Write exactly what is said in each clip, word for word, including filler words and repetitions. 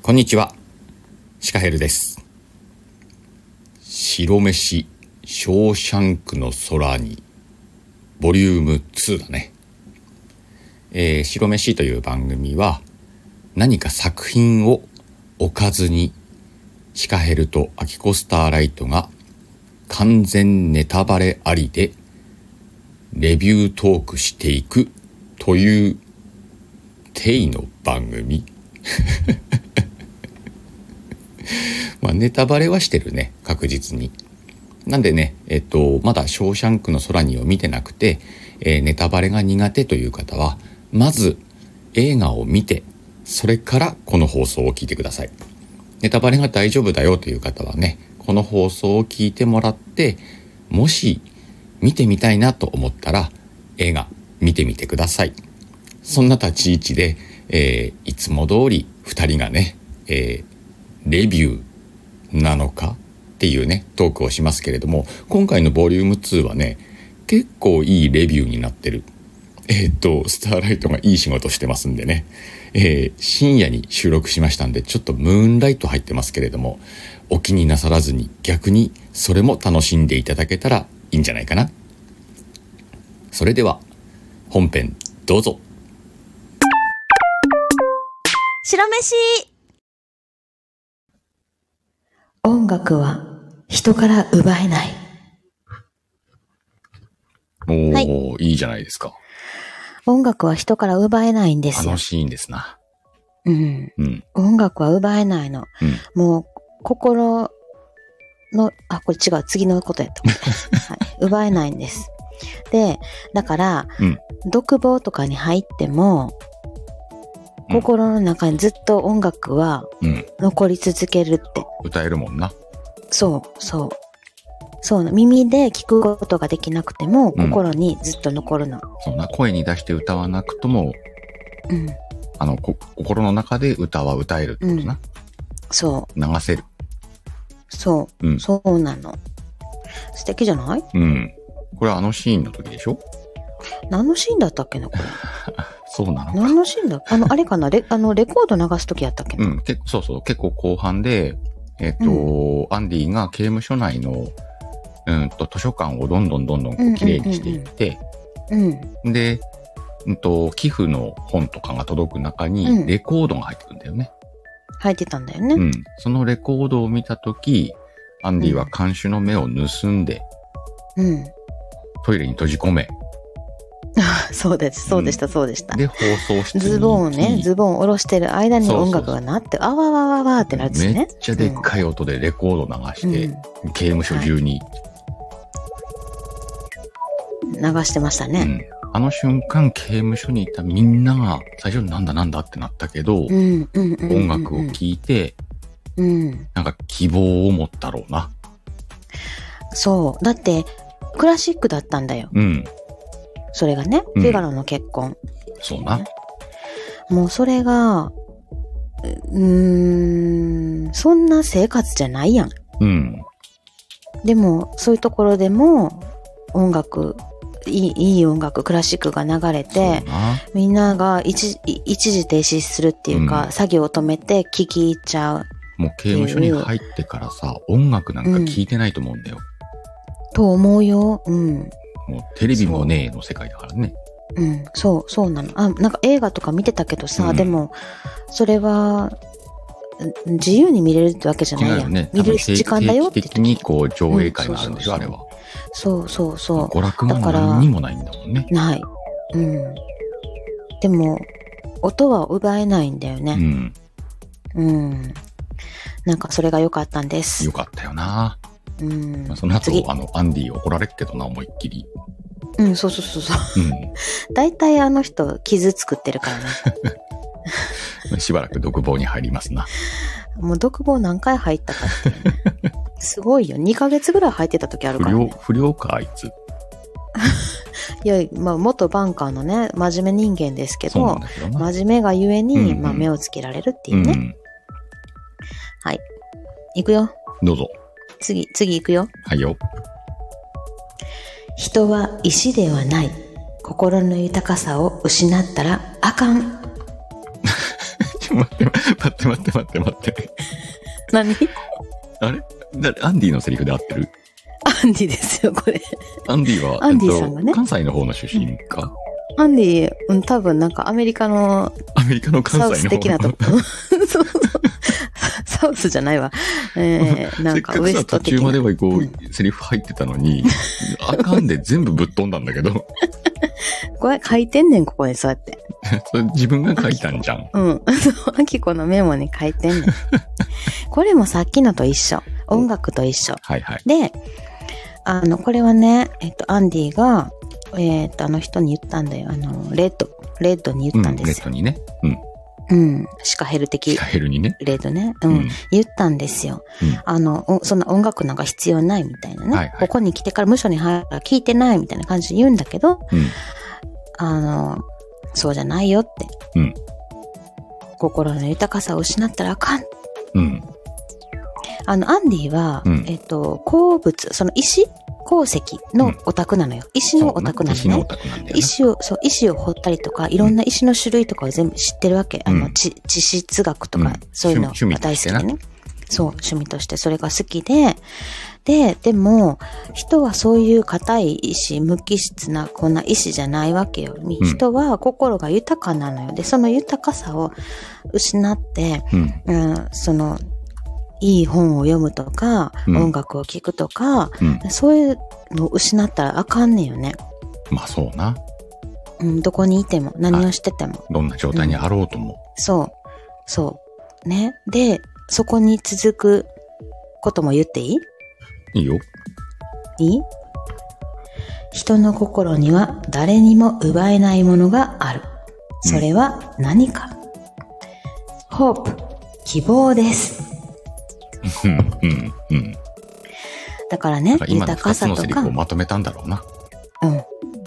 こんにちは、シカヘルです。白飯ショーシャンクの空にボリュームツーだね。えー、白飯という番組は何か作品を置かずにシカヘルとアキコスターライトが完全ネタバレありでレビュートークしていくという体の番組まあネタバレはしてるね、確実に。なんでね、えっとまだショーシャンクの空にを見てなくて、えー、ネタバレが苦手という方はまず映画を見て、それからこの放送を聞いてください。ネタバレが大丈夫だよという方はね、この放送を聞いてもらって、もし見てみたいなと思ったら映画見てみてください。そんな立ち位置で、えー、いつも通りふたりがね、えー、レビューなのかっていうねトークをしますけれども、今回のボリュームツーはね結構いいレビューになってる。えー、っとスターライトがいい仕事してますんでね、えー、深夜に収録しましたんでちょっとムーンライト入ってますけれども、お気になさらずに逆にそれも楽しんでいただけたらいいんじゃないかな。それでは本編どうぞ。 白飯。音楽は人から奪えない。 おー、 はい、 いいじゃないですか。 音楽は人から奪えないんですよ。 楽しいんですな。 うん。 うん、 音楽は奪えないの。うん、もう心の、あ、これ違う、次のことやった。はい、奪えないんです。で、だから、うん、独房とかに入っても、うん、心の中にずっと音楽は残り続けるって。 うん、歌えるもんな。 そう、そう。そうな、耳で聞くことができなくても、心にずっと残るの。 うん、そんな声に出して歌わなくとも、うん、あのこ心の中で歌は歌えるってことな。うん、 そう。 流せる。 そう、うん、そうなの。素敵じゃない？ うん。これはあのシーンの時でしょ？ 何のシーンだったっけな、これ。 そうなのか。 何のシーンだあの、あれかなレ、あの、レコード流す時やったっけな。 うん、けそうそう、結構後半で、えっと、うん、アンディが刑務所内の、うんと、図書館をどんどんどんどんこう綺麗にしていって、うんうんうんうん、で、うんと、寄付の本とかが届く中に、レコードが入ってくるんだよね。 うん、入ってたんだよね。 うん。そのレコードを見たとき、アンディは看守の目を盗んで、うん、トイレに閉じ込め、 そうです、そうでした、そうでした。 で、放送室にズボンをね、ズボンを下ろしてる間に音楽が鳴って、あわわわわってなるんですね。 めっちゃでっかい音でレコード流して、うん、刑務所中に、 はい、流してましたね。 うん、あの瞬間、刑務所にいたみんなが、最初になんだなんだってなったけど、音楽を聴いて、うん、なんか希望を持ったろうな。 そう。だって、クラシックだったんだよ。うん。それがね、フィガロの結婚。うん、 そうな。 もうそれが、うーん、そんな生活じゃないやん。うん。でも、そういうところでも、音楽、いい、いい音楽、クラシックが流れて、みんなが一、一時停止するっていうか、うん、作業を止めて聴き入っちゃう。 もう刑務所に入ってからさ、音楽なんか聴いてないと思うんだよ。 うん、と思うよ。うん。 もうテレビもねえの世界だからね。 うん、そう、そうなの。あ、なんか映画とか見てたけどさ、うん、でも、それは、自由に見れるってわけじゃないやん。 違うよね。 見る時間だよって定期的にこう上映会があるんでしょ、あれは。 そうそうそう。 娯楽も何にもないんだもんね。 ない。うん。でも、音は奪えないんだよね。うん。うん。なんかそれが良かったんです。 良かったよな。うん、その後、あの、アンディ怒られっけどな、思いっきり。 うん、そうそうそうそう。うん。大体あの人、傷作ってるからね。しばらく独房に入りますな。 もう独房何回入ったかって、ね。すごいよ。にかげつぐらい入ってた時あるから、ね。 不良、不良か、あいつ。 いや、まあ、元バンカーのね、真面目人間ですけど、真面目がゆえに、うんうん、まあ、目をつけられるっていうね。うん、はい。行くよ。 どうぞ。 次、次行くよ。 はいよ。 人は石ではない。心の豊かさを失ったらあかん。 ち待って待って待って待って待って。 何？ あれアンディのセリフで合ってる？ アンディですよ、これ。 アンディは、 アンディさんがね、 えっと、関西の方の出身か。 アンディ、うん、多分なんかアメリカの、 アメリカの関西の方サウス的なとこ。そうそう。サウスじゃないわ。えー、なんかウエスト的な。 途中まではこう、うん、セリフ入ってたのに、あかんで全部ぶっ飛んだんだけど。 これ書いてんねん、ここにそうやって。 それ自分が書いたんじゃん。 うん。そう、アキコのメモに書いてんねん。これもさっきのと一緒。音楽と一緒。 はいはい。 で、あの、これはね、えっと、アンディが、えっと、あの人に言ったんだよ。あの、レッド。レッドに言ったんですよ。 うん、レッドにね。うん。 うん。シカヘル的。 シカヘルにね。 レッドね。うん。うん、言ったんですよ、うん。あの、そんな音楽なんか必要ないみたいなね。はいはい、ここに来てから無所に入るから聞いてないみたいな感じで言うんだけど、うん、あの、そうじゃないよって。うん。心の豊かさを失ったらあかん。うん。あの、アンディは、うん、えっと、鉱物、その石鉱石のオタクなのよ。うん、石のオタクなのね。石のオタクなんだよね。石を、そう、石を掘ったりとか、いろんな石の種類とかを全部知ってるわけ。うん、あの、地、地質学とか、うん、そういうのが大好きでね。そう、趣味としてそれが好きで、で、でも、人はそういう硬い石、無機質な、こんな石じゃないわけよ。うん、人は心が豊かなのよ。で、その豊かさを失って、うん、うん、その、いい本を読むとか、うん、音楽を聴くとか、うん、そういうのを失ったらあかんねんよね。 まあそうな。 うん、どこにいても、何をしてても。 どんな状態にあろうとも。 うん、そう。そう。ね。で、そこに続くことも言っていい？ いいよ。 いい？人の心には誰にも奪えないものがある。それは何か？うん、ホープ、希望です。うんうんうん、だからね、 今のふたつのセリフをまとめたんだろうな。うん。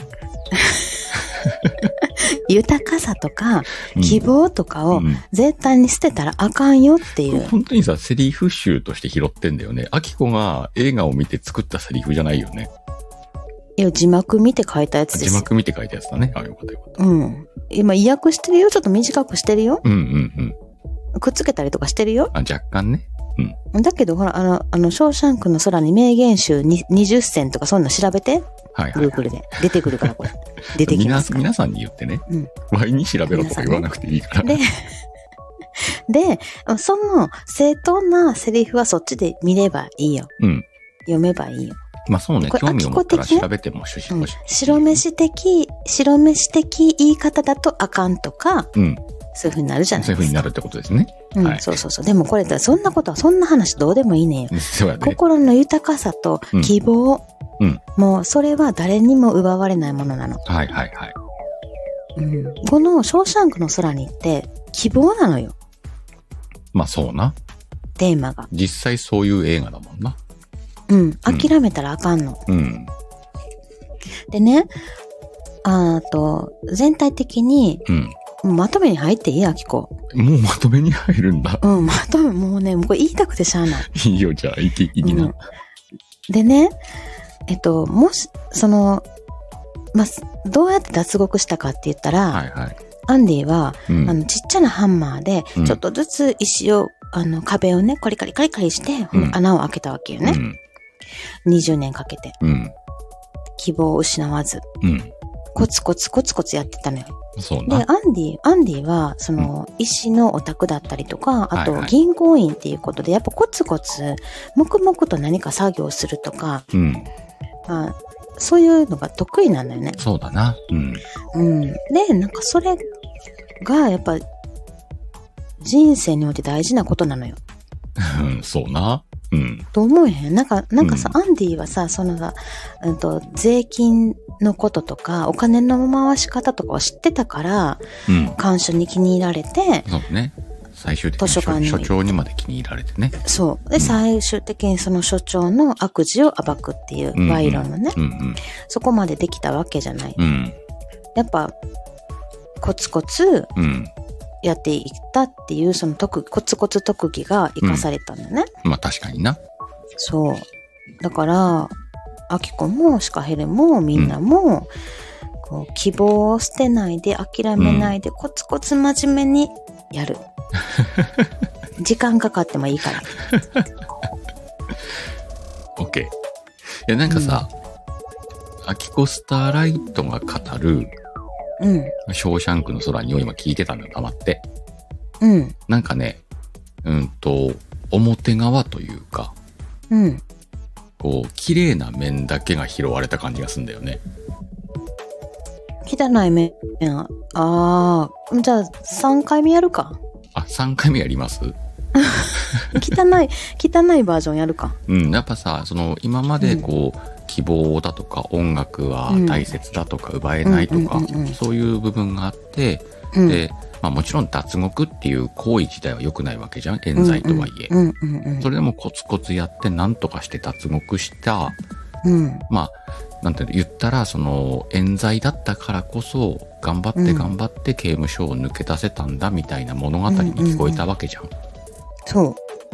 豊かさとか希望とかを絶対に捨てたらあかんよっていう。うんうん、 本当にさ、セリフ集として拾ってんだよね。アキコが映画を見て作ったセリフじゃないよね。 いや、字幕見て書いたやつですよ。 字幕見て書いたやつだね。あ、よかったよかった。 うん。今、意訳してるよ。ちょっと短くしてるよ。 うんうんうん。 くっつけたりとかしてるよ。 あ、若干ね。 うん。だけど、ほら、あの、あの、ショーシャンクの空に名言集ににじゅっせんとかそんな調べて。はいはい、はい。Google で。出てくるから、これ。出てきますから。 皆さんに言ってね。うん。ワイに調べろとか言わなくていいから。 ね、で、で、その正当なセリフはそっちで見ればいいよ。うん。読めばいいよ。 まあそうね、興味を持ったら調べてもし、 うん、白飯的、白飯的言い方だとあかんとか、うん。そういう風になるじゃないですか。 そういう風になるってことですね。 うん、はい、そうそうそう。でもこれだ、そんなことは、そんな話どうでもいいねんよ。そうやね。心の豊かさと希望、うん。もう、それは誰にも奪われないものなの。 はいはいはい。 うん。この、ショーシャンクの空にって、希望なのよ。 まあそうな。 テーマが。 実際そういう映画だもんな。 うん。諦めたらあかんの。うん。でね、あと、全体的に、うん。まとめに入っていい？アキコ。 もうまとめに入るんだ。 うん、まとめ、もうね、もうこれ言いたくてしゃあない。 いいよ、じゃあ、いき、いきな、うん。 でね、えっと、もし、その、まあ、どうやって脱獄したかって言ったら、はいはい、アンディは、うん、あの、ちっちゃなハンマーで、ちょっとずつ石を、あの、壁をね、コリカリカリカリして、うん、穴を開けたわけよね。うん、にじゅうねんかけて。うん、希望を失わず。うんコツコツコツコツやってたのよ。そうな。で、アンディ、アンディは、その、石のオタクだったりとか、あと、銀行員っていうことで、やっぱコツコツ、黙々と何か作業するとか、うん。まあ、そういうのが得意なんだよね。 そうだな。うん。 うん。で、なんかそれが、やっぱ、人生において大事なことなのよ。 うん、そうな。うん。 と思えへん。なんか、なんかさ、うん、アンディはさ、そのさ、うんと、税金のこととか、お金の回し方とかを知ってたから、うん。監修に気に入られて、 そうね。最終的に図書館に所長にまで気に入られてね。 そう。で、うん、最終的にその所長の悪事を暴くっていう賄賂のね、うんうんうんうん、そこまでできたわけじゃない。うん。やっぱ、コツコツ、うん。やっていったっていう、その特技、コツコツ特技が生かされたんだね。 うん、まあ確かにな。 そう。だから、アキコもシカヘルもみんなも、うん、こう希望を捨てないで、諦めないで、うん、コツコツ真面目にやる。時間かかってもいいから。 オッケー。いや、なんかさ、うん、アキコスターライトが語る、 うん。 ショーシャンクの空にを今聞いてたんだよ、黙って。 うん。 なんかね、うんと、表側というか、 うん。 こう、綺麗な面だけが拾われた感じがするんだよね。 汚い面、ああ、じゃあさんかいめやるか。 あ、さんかいめやります？ 汚い、汚いバージョンやるか。 うん、やっぱさ、その、今までこう、うん、希望だとか、音楽は大切だとか、奪えないとか、そういう部分があって、うん、で、まあもちろん脱獄っていう行為自体は良くないわけじゃん、冤罪とはいえ。それでもコツコツやって何とかして脱獄した、うん、まあ、なんて言ったら、その、冤罪だったからこそ、頑張って頑張って刑務所を抜け出せたんだみたいな物語に聞こえたわけじゃん。うんうんうん、 そう。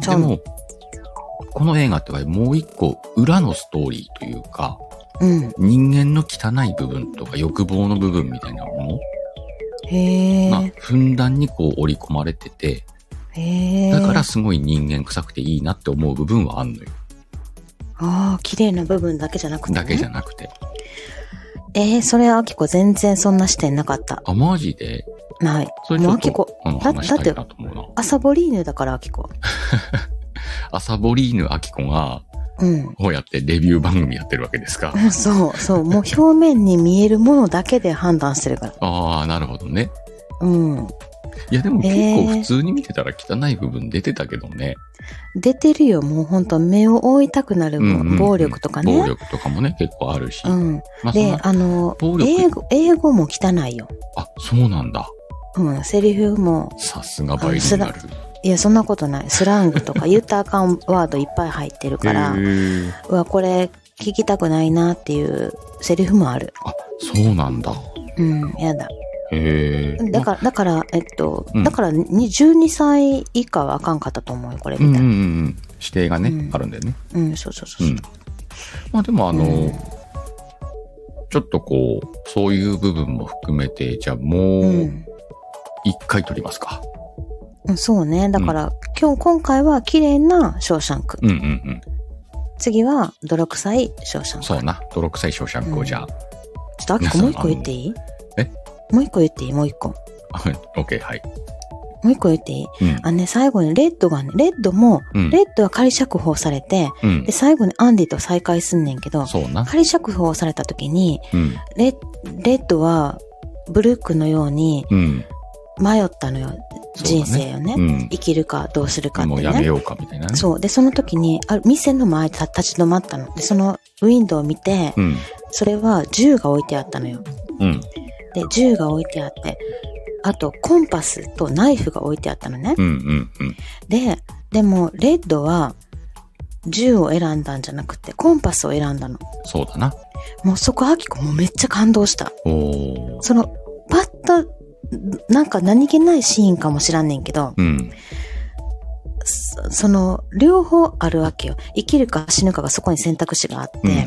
でも、この映画ってはもう一個裏のストーリーというか、うん、人間の汚い部分とか欲望の部分みたいなものへーがふんだんにこう織り込まれてて、 へーだからすごい人間臭くていいなって思う部分はあんのよ。 ああ、綺麗な部分だけじゃなくて、ね。 だけじゃなくて。 ええー、それアキコ全然そんな視点なかった。 あ、マジで？ ない。 それちょっともうアキコ、 うん、 だ、 話したいなと思うな。 アサボリーヌだからアキコ。 アサボリーヌアキコが、うん。こうやってレビュー番組やってるわけですか。 そう、そう。もう表面に見えるものだけで判断してるから。 ああ、なるほどね。 うん。 いやでも結構普通に見てたら汚い部分出てたけどね。 えー、出てるよ。もうほんと目を覆いたくなる、うんうんうん、暴力とかね。 暴力とかもね、結構あるし。 うん。まあ、で、あの、英語、英語も汚いよ。 あ、そうなんだ。 うん、セリフも。 さすがバイリンガル。 いや、そんなことない。スラングとか言ったらあかんワードいっぱい入ってるから、うわ、これ聞きたくないなっていうセリフもある。 あ、そうなんだ。 うん、やだ。 へだから、だから、えっと、うん、だからじゅうにさい以下はあかんかったと思うよ、これみたいな。 うんうんうん。指定がね、うん、あるんだよね。 うん、そうそうそうそう。うん、 まあでもあの、うん、ちょっとこう、そういう部分も含めて、じゃあもう、一回撮りますか。 うん、そうね。だから、うん、今日、今回は綺麗なショーシャンク。 うんうんうん。 次は、泥臭いショーシャンク。 そうな。泥臭いショーシャンクをじゃあ。うん、ちょっと、あきこもう一個言っていい？ え？ もう一個言っていい？もう一個。 オッケー、はい。 もう一個言っていい？うん、あのね、最後にレッドがね、レッドも、うん、レッドは仮釈放されて、うん、で、最後にアンディと再会すんねんけど、 そうな。 仮釈放された時に、うん、レ, レッドは、ブルックのように、迷ったのよ。人生をね、うん、生きるかどうするかってね。 もうやめようかみたいなね。 そう。で、その時に、ある店の前で立ち止まったの。で、そのウィンドウを見て、うん、それは銃が置いてあったのよ。うん、で、銃が置いてあって、あとコンパスとナイフが置いてあったのね。 うんうんうん、で、 でも、レッドは銃を選んだんじゃなくて、コンパスを選んだの。 そうだな。 もうそこ、アキコもうめっちゃ感動した。 おその、パッと、なんか何気ないシーンかもしらんねんけど、うん、そ, その両方あるわけよ。生きるか死ぬかがそこに選択肢があって、うんうんうん、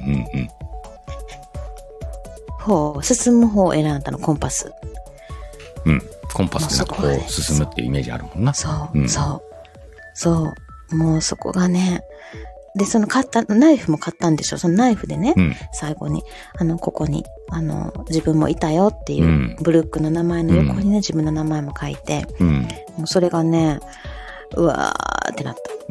方進む方を選んだのコンパス。 うん、コンパスってなんかこう進むっていうイメージあるもんな。 そう、うん、そうそうもうそこがね。で、その買った、ナイフも買ったんでしょ。そのナイフでね、うん、最後に、あの、ここに、あの、自分もいたよっていう、うん、ブルックの名前の横にね、うん、自分の名前も書いて、うん、もうそれがね、うわーってなった。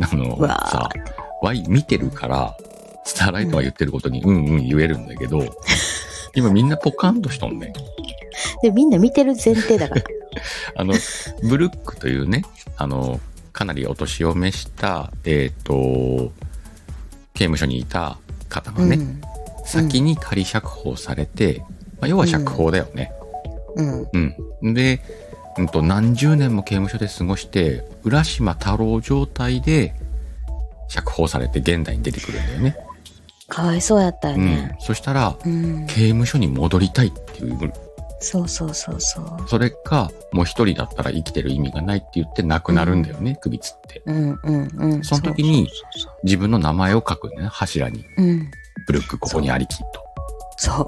あの、さ、ワイ見てるから、スターライトは言ってることに、うん、うんうん言えるんだけど、今みんなポカンとしとんねん。 で、みんな見てる前提だから。 あの、ブルックというね、あの、かなりお年を召した、えっと、刑務所にいた方がね、うん、先に仮釈放されて、まあ、要は釈放だよね。うん。うん。で、うんと、何十年も刑務所で過ごして、浦島太郎状態で釈放されて現代に出てくるんだよね。 かわいそうやったよね。 うん。そしたら、うん、刑務所に戻りたいっていう。 そうそうそうそう。 それか、もう一人だったら生きてる意味がないって言って亡くなるんだよね、うん、首つって。 うんうんうん。 その時に、自分の名前を書くね、柱に。うん。ブルックここにありきと。 そう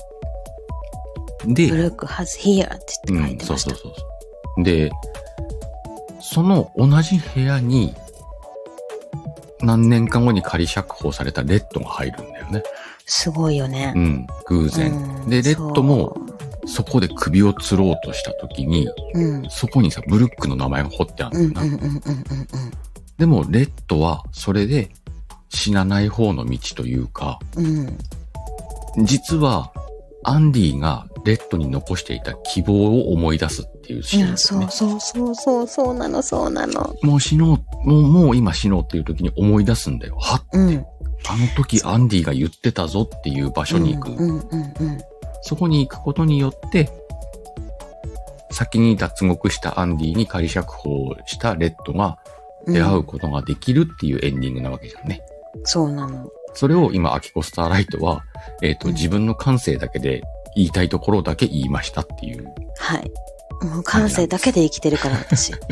。で、ブルック has here って言って書いてました。うん、そうそうそう。 で、 その同じ部屋に何年か後に仮釈放されたレッドが入るんだよね。 すごいよね。 うん、偶然。うん、で、レッドもそこで首を吊ろうとした時に、うん、そこにさ、ブルックの名前が彫ってあるんだよな。でも、レッドはそれで死なない方の道というか、うん、実はアンディがレッドに残していた希望を思い出すっていうシーンですね。 いや、そうそうそうそう、そうなの、そうなの。 もう死のう、もう、もう今死のうっていう時に思い出すんだよ。はって。うん、あの時アンディが言ってたぞっていう場所に行く。うんうんうんうん、そこに行くことによって、先に脱獄したアンディに仮釈放したレッドが出会うことができるっていうエンディングなわけじゃんね。 うん、そうなの。 それを今、アキコスターライトは、えっと、うん、自分の感性だけで言いたいところだけ言いましたっていう。 はい。もう感性だけで生きてるから、私。はい。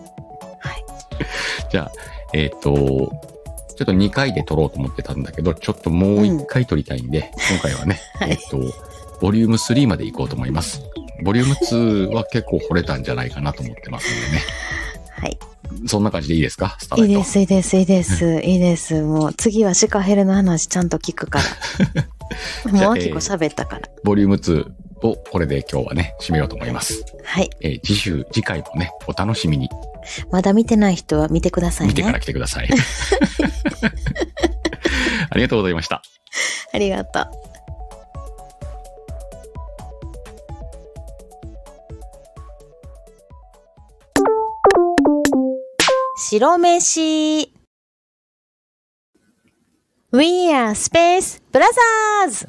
じゃあ、えっと、ちょっとにかいで撮ろうと思ってたんだけど、ちょっともういっかい撮りたいんで、うん、今回はね、はい、えっと、ボリュームスリーまで行こうと思います。ボリュームツーは結構惚れたんじゃないかなと思ってますんでね。 はい。 そんな感じでいいですか？スターライト。 いいです、いいです、いいです、いいです。もう次はシカヘルの話ちゃんと聞くから。もうアキコ喋ったから、 えー。ボリュームツーをこれで今日はね、締めようと思います。 はい。 えー、次週、次回もね、お楽しみに。 まだ見てない人は見てくださいね。 見てから来てください。ありがとうございました。 ありがとう。白飯 We are Space Brothers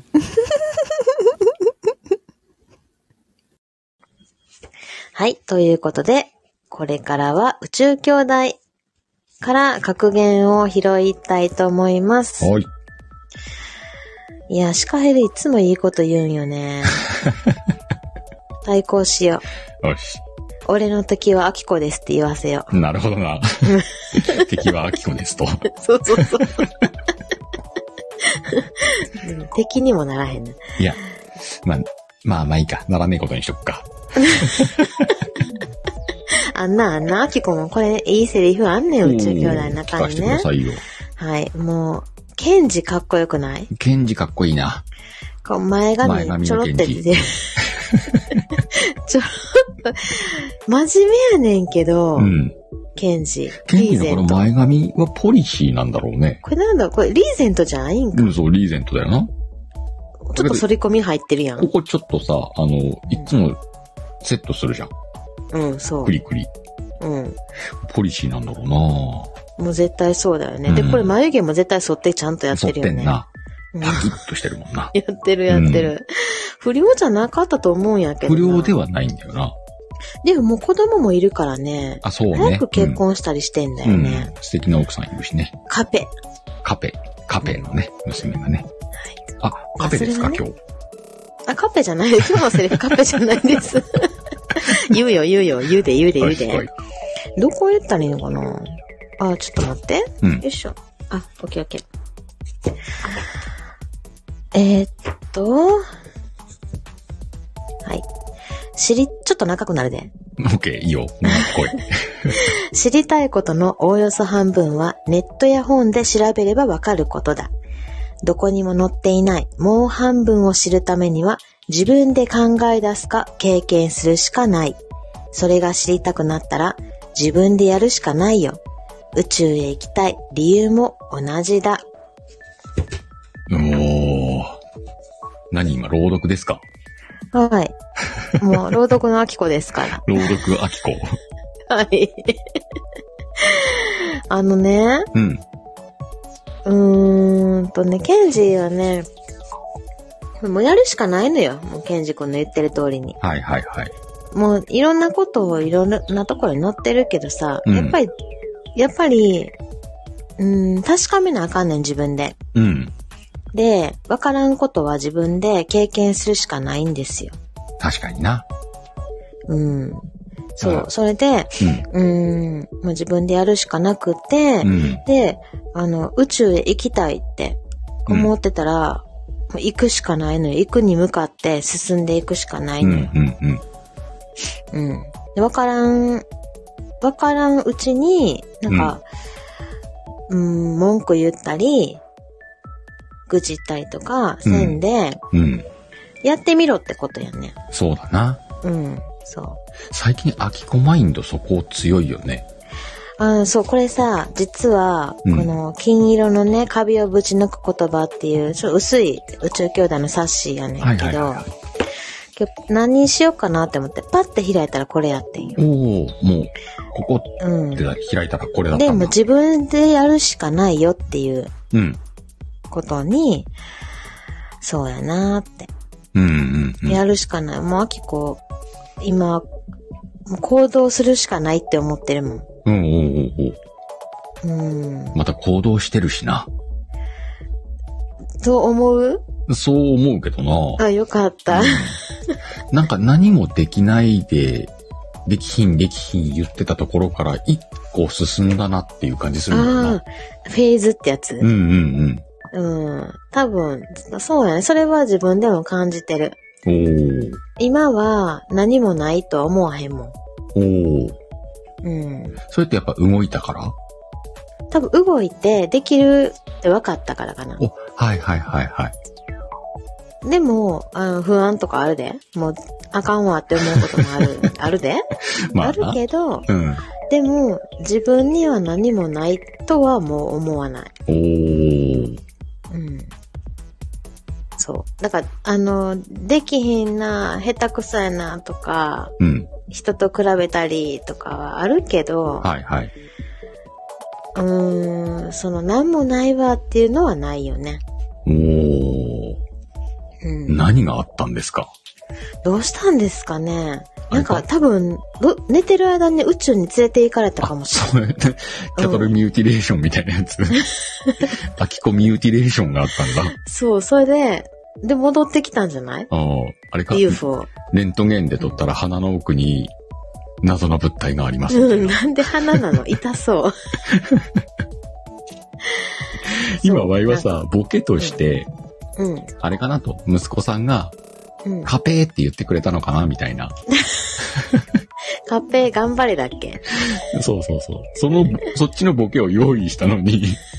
はい、ということで、これからは宇宙兄弟から格言を拾いたいと思います。 はい。 いや、シカヘルいつもいいこと言うんよね。対抗しよう。よし。 俺の敵はアキコですって言わせよう。なるほどな。敵はアキコですと。 そうそうそう。敵にもならへんね。 いや、まあ、まあまあいいか。ならねえことにしとくか。 あんなあんな、アキコもこれいいセリフあんねん、宇宙兄弟の中にね。 聞かせてくださいよ。 はい、もう、ケンジかっこよくない？ ケンジかっこいいな。 こう前髪ちょろって出て。ちょろっと、真面目やねんけど、うん、ケンジ。 ケンジのこの前髪はポリシーなんだろうね。 これなんだこれリーゼントじゃないんか。 うん、そう、リーゼントだよな。 ちょっと反り込み入ってるやん。 ここちょっとさ、あの、いつもセットするじゃん。 うん、そう。 クリクリ。 うん。 ポリシーなんだろうな。 もう絶対そうだよね。うん、で、これ眉毛も絶対剃ってちゃんとやってるよね。 剃ってんな。パキッとしてるもんな。 やってるやってる、うん。不良じゃなかったと思うんやけどな。 不良ではないんだよな。 でももう子供もいるからね。 あ、そうね。 早く結婚したりしてんだよね。 うんうん、素敵な奥さんいるしね。 カペ。 カペ。カペのね、娘がね。はい、あ、カペですか、ね、今日。 あ、カペじゃないです。今日のセリフカペじゃないです。言うよ、言うよ、言うで、言うで、言うで。はいはい、どこ言ったらいいのかなあ、ちょっと待って。うん、よいしょ。あ、オッケーオッケー。えー、っと、はい。知り、ちょっと長くなるで。 オッケー、いいよ。来い。 知りたいことのおおよそ半分はネットや本で調べればわかることだ。どこにも載っていないもう半分を知るためには自分で考え出すか経験するしかない。それが知りたくなったら自分でやるしかないよ。宇宙へ行きたい理由も同じだ。 おー。何今、朗読ですか？ はい。もう、朗読のアキコですから。 朗読アキコ。 はい。あのね。 うん。 うーんとね、ケンジはね、もうやるしかないのよ。もうケンジ君の言ってる通りに。 はいはいはい。 もういろんなことをいろんなところに載ってるけどさ、うん、やっぱり、やっぱり、うーん、確かめなあかんねん、自分で。 うん。 で、わからんことは自分で経験するしかないんですよ。 確かにな。 うん。そう。それで、うん、うーん、まあ、自分でやるしかなくて、うん、で、あの、宇宙へ行きたいって思ってたら、うん、行くしかないのよ。行くに向かって進んでいくしかないのよ。 うん、うん、うん。 うん。で、わからんわからんうちに、なんか、うん、うん、文句言ったり、愚痴ったりとか、せんで、うん、うん、やってみろってことやね。 そうだな。 うん、そう。 最近、アキコマインドそこ強いよね。 あ、そう、これさ、実は、この金色のね、カビをぶち抜く言葉っていう、ちょっと薄い宇宙兄弟の冊子やねんけど、はいはいはいはい、今日何にしようかなって思って、パッて開いたらこれやってんよ。 おお、もう、ここって開いたらこれだったんだ。 でも自分でやるしかないよっていうことに、うん、そうやなーって、 うんうんうん。 やるしかない。もうアキコ、今、もう行動するしかないって思ってるもん。 うんうんうんうん。 また行動してるしな。 と思う？ そう思うけどな。 あ、よかった。うん、 なんか何もできないで、できひんできひん言ってたところから一個進んだなっていう感じするんだよな。ああ、フェーズってやつ？ うんうんうん。うん。多分、そうやね。それは自分でも感じてる。 おー。 今は何もないとは思わへんもん。 おー。 うん。 それってやっぱ動いたから？ 多分動いてできるって分かったからかな。 お、はいはいはいはい。 でも、あの不安とかあるで。もう、あかんわって思うこともある。あるで、まあ、あるけど、 うん、 でも、自分には何もないとはもう思わない。 おー。 うん。そう。だから、あの、できひんな、下手くそやなとか、 うん、 人と比べたりとかはあるけど、 はいはい。 うーん、その何もないわっていうのはないよね。 おー。うん、何があったんですか？ どうしたんですかね。なんか多分、寝てる間に宇宙に連れて行かれたかもしれない。 そうね。キャトルミューティレーションみたいなやつ。アキコミューティレーションがあったんだ。 そう、それで、で、戻ってきたんじゃない？ ああ、あれか。 ユーフォー。 レントゲンで撮ったら鼻の奥に謎の物体がありますうん、なんで鼻なの？痛そう。 今、ワイはさ、ボケとして、 うん、 あれかなと、息子さんが、うん、カペーって言ってくれたのかなみたいな。 カペー頑張れだっけ？ そうそうそう。その、そっちのボケを用意したのに、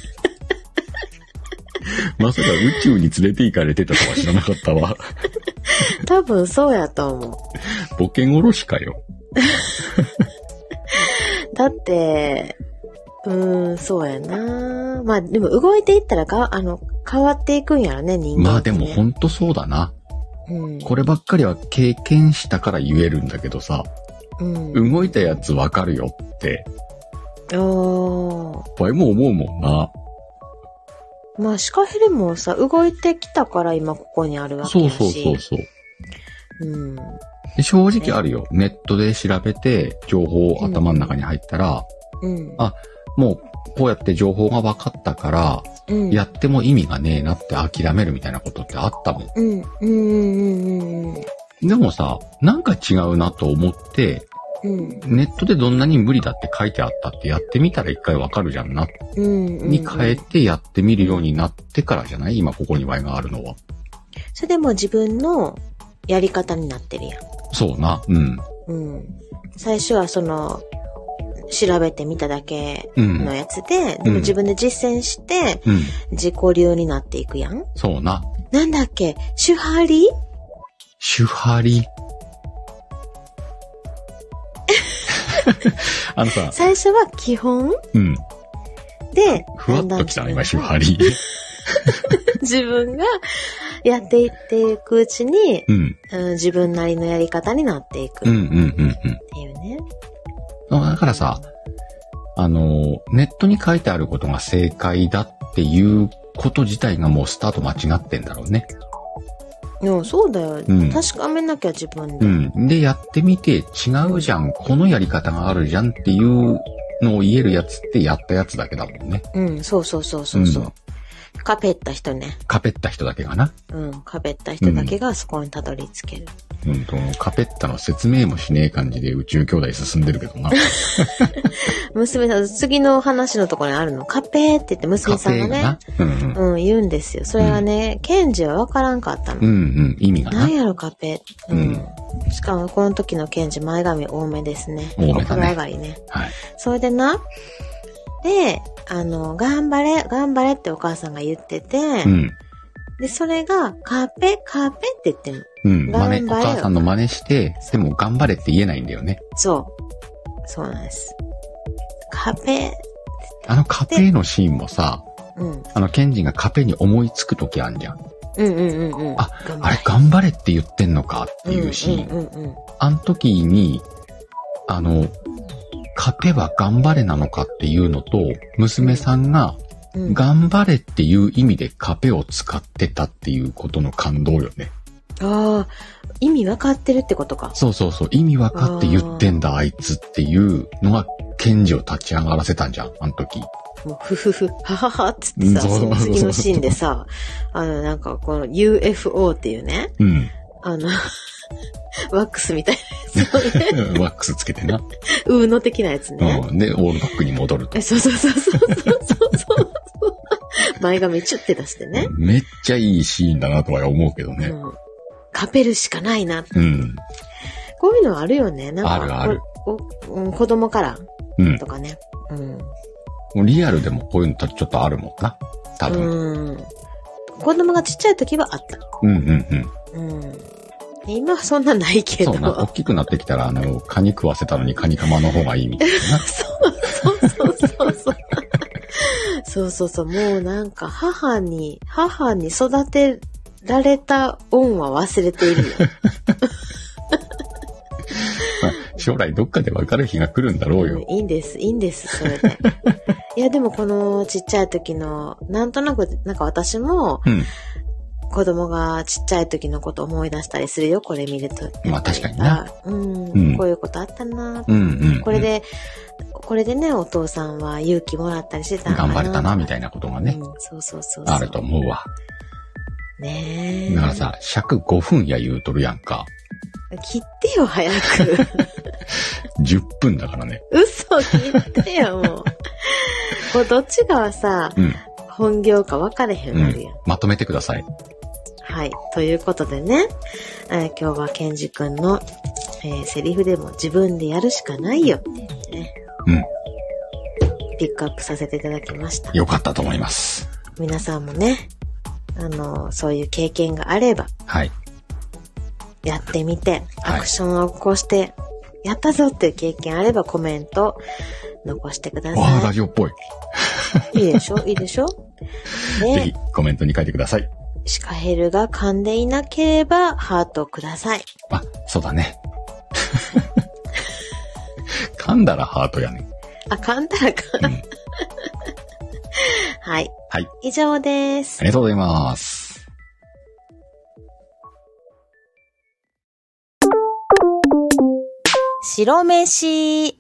まさか宇宙に連れて行かれてたとは知らなかったわ。 多分そうやと思う。 ボケ殺しかよ。 だって、うーん、そうやな。まあでも動いていったらか、あの、変わっていくんやろね、人間、ね。 まあでもほんとそうだな。 うん、 こればっかりは経験したから言えるんだけどさ、うん、動いたやつわかるよって。 おー。 場合も思うもんな。 まあシカヘルもさ、動いてきたから今ここにあるわけやし。 そうそうそうそう。 うん。 で正直あるよ。ネットで調べて情報頭の中に入ったら、 うん、 あ、もうこうやって情報が分かったから、うん、やっても意味がねえなって諦めるみたいなことってあったもん。 うん。うんうんうん、 でもさ、なんか違うなと思って、うん、ネットでどんなに無理だって書いてあったってやってみたら一回わかるじゃんな、 うんうんうん、 に変えてやってみるようになってからじゃない？今ここに場合があるのは。 それでも自分のやり方になってるやん。 そうな。うん。 うん。最初はその、調べてみただけのやつで、うん、でも自分で実践して、うん、自己流になっていくやん。 そうな。 なんだっけ？手張り？ 手張りあのさ。 最初は基本？ うん。 で、 ふわっときたね、今、手張り。 自分がやっていっていくうちに、 うんうん、自分なりのやり方になっていく。 うんうんうんうん。 っていうね。 だからさ、あの、ネットに書いてあることが正解だっていうこと自体がもうスタート間違ってんだろうね。 いや、そうだよ。 うん、 確かめなきゃ自分で。 うん。で、やってみて違うじゃん、このやり方があるじゃんっていうのを言えるやつってやったやつだけだもんね。 うん、そうそうそうそうそう。うん、 カペった人ね。 カペった人だけがな。 うん、カペった人だけがそこにたどり着ける。 うん、とカペったの説明もしねえ感じで宇宙兄弟進んでるけどな。 娘さん、次の話のところにあるの。カペーって言って娘さんがね、がうん、うんうん、言うんですよ。それがね、うん、ケンジはわからんかったの。 うんうん、意味がな。 何やろカペ、うん、うん。しかもこの時のケンジ前髪多めですね。 多めだね。お風呂上がりね。 はい。 それでな、で、あの、頑張れ、頑張れってお母さんが言ってて、うん、で、それが、カペ、カペって言ってんの。 うん、真似、お母さんの真似して、でも頑張れって言えないんだよね。 そう。そうなんです。カペ。 あのカペのシーンもさ、うん、あの、ケンジがカペに思いつくときあんじゃん。 うんうんうんうん。 あ、あれ頑張れって言ってんのかっていうシーン。うんうんうんうん、あの時に、あの、カペは頑張れなのかっていうのと、娘さんが、頑張れっていう意味でカペを使ってたっていうことの感動よね。 ああ、意味分かってるってことか。 そうそうそう、意味分かって言ってんだあいつっていうのが、ケンジを立ち上がらせたんじゃん、あの時。 もう、ふふふ、はははっつってさ、その次のシーンでさ、あの、なんかこの ユーエフオー っていうね、うん、あの、ワックスみたいなやつをね。 ワックスつけてな。 ウーノ的なやつね。 うん、で、オールバックに戻ると。 そうそうそうそうそうそうそう。前髪チュッて出してね。 めっちゃいいシーンだなとは思うけどね。うん、 カペるしかないなって。うん、こういうのあるよね。なんかあるある。 おお子供からとかね。うん。 もうリアルでもこういうのちょっとあるもんな。多分。うん。 子供がちっちゃい時はあった。 うんうんうん。 うん。今はそんなないけど。 そうな、大きくなってきたら、あの、カニ食わせたのにカニカマの方がいいみたいな。 そうそうそうそうそう。そうそうそう。もうなんか母に、母に育てられた恩は忘れているよ。 将来どっかで分かる日が来るんだろうよ。 うん、いいんです、いいんです、それで。いや、でもこのちっちゃい時の、なんとなく、なんか私も、うん、子供がちっちゃい時のこと思い出したりするよ、これ見ると。 まあ確かにな。 うん。うん、こういうことあったな、うんうんうん。これで、これでね、お父さんは勇気もらったりしてたんだな。 頑張れたな、みたいなことがね。 うん、そうそうそうそう。 あると思うわ。 ねえ。 だからさ、尺ごふんや言うとるやんか。 切ってよ、早く。 じゅっぷんだからね。 嘘、切ってよ、もう。こうどっちがはさ、うん、本業か分かれへんわけや、うん。まとめてください。 はい。ということでね、えー、今日はケンジ君の、えー、セリフでも自分でやるしかないよって言ってね。うん。ピックアップさせていただきました。 よかったと思います。 皆さんもね、あの、そういう経験があれば、 はい。 やってみて、アクションを起こして、はい、やったぞっていう経験あればコメント残してください。 わあ、ラジオっぽい。 いいでしょいいでしょぜひコメントに書いてください。 シカヘルが噛んでいなければハートをください。 あ、そうだね。噛んだらハートやね。 あ、噛んだらか、うん、はい。 はい。 以上です。 ありがとうございます。 白飯。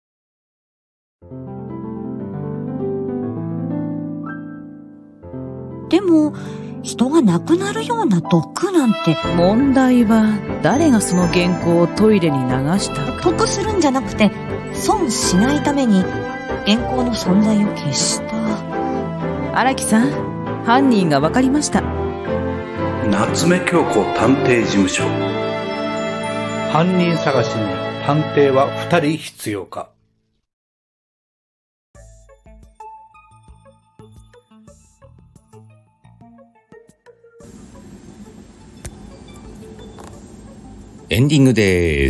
でも、人が亡くなるような毒なんて。 問題は、誰がその原稿をトイレに流したか。 得するんじゃなくて、損しないために、原稿の存在を消した。 荒木さん、犯人が分かりました。 夏目京子探偵事務所。犯人探しに探偵はふたり必要か。 エンディングです。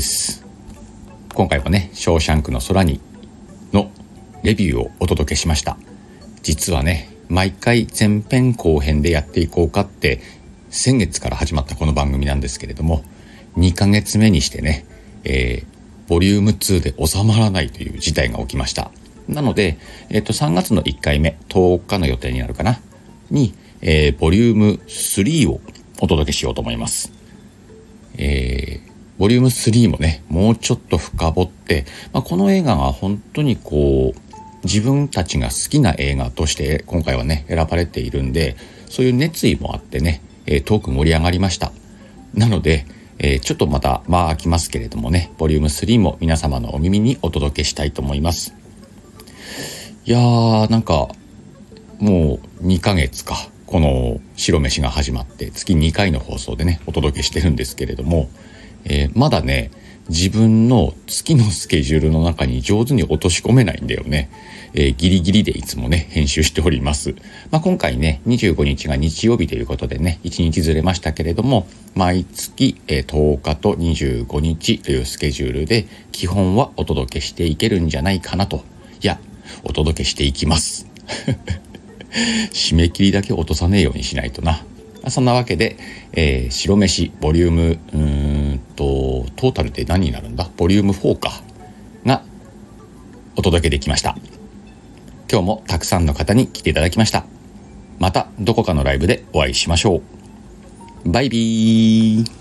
今回はね、ショーシャンクの空にのレビューをお届けしました。実はね、毎回前編後編でやっていこうかって先月から始まったこの番組なんですけれども、にかげつめにしてね、えー、ボリュームツーで収まらないという事態が起きました。なので、えっと、さんがつのいっかいめ、とおかの予定になるかなに、えー、ボリュームスリーをお届けしようと思います。えーボリュームスリーもね、もうちょっと深掘って、まあ、この映画が本当にこう、 自分たちが好きな映画として今回はね選ばれているんで、そういう熱意もあってね、えー、トーク盛り上がりました。なので、えー、ちょっとまた間空きますけれどもね、ボリュームスリーも皆様のお耳にお届けしたいと思います。いやー、なんかもうにかげつか、この白飯が始まって月にかいの放送でねお届けしてるんですけれども、えー、まだね自分の月のスケジュールの中に上手に落とし込めないんだよね。えー、ギリギリでいつもね編集しております。まあ、今回ねにじゅうごにちが日曜日ということでねいちにちずれましたけれども、毎月、えー、とおかとにじゅうごにちというスケジュールで基本はお届けしていけるんじゃないかなと。いや、お届けしていきます締め切りだけ落とさねえようにしないとな。そんなわけで、えー、白飯ボリュームうーんとトータルで何になるんだ、ボリュームフォーかがお届けできました。今日もたくさんの方に来ていただきました。またどこかのライブでお会いしましょう。バイビー。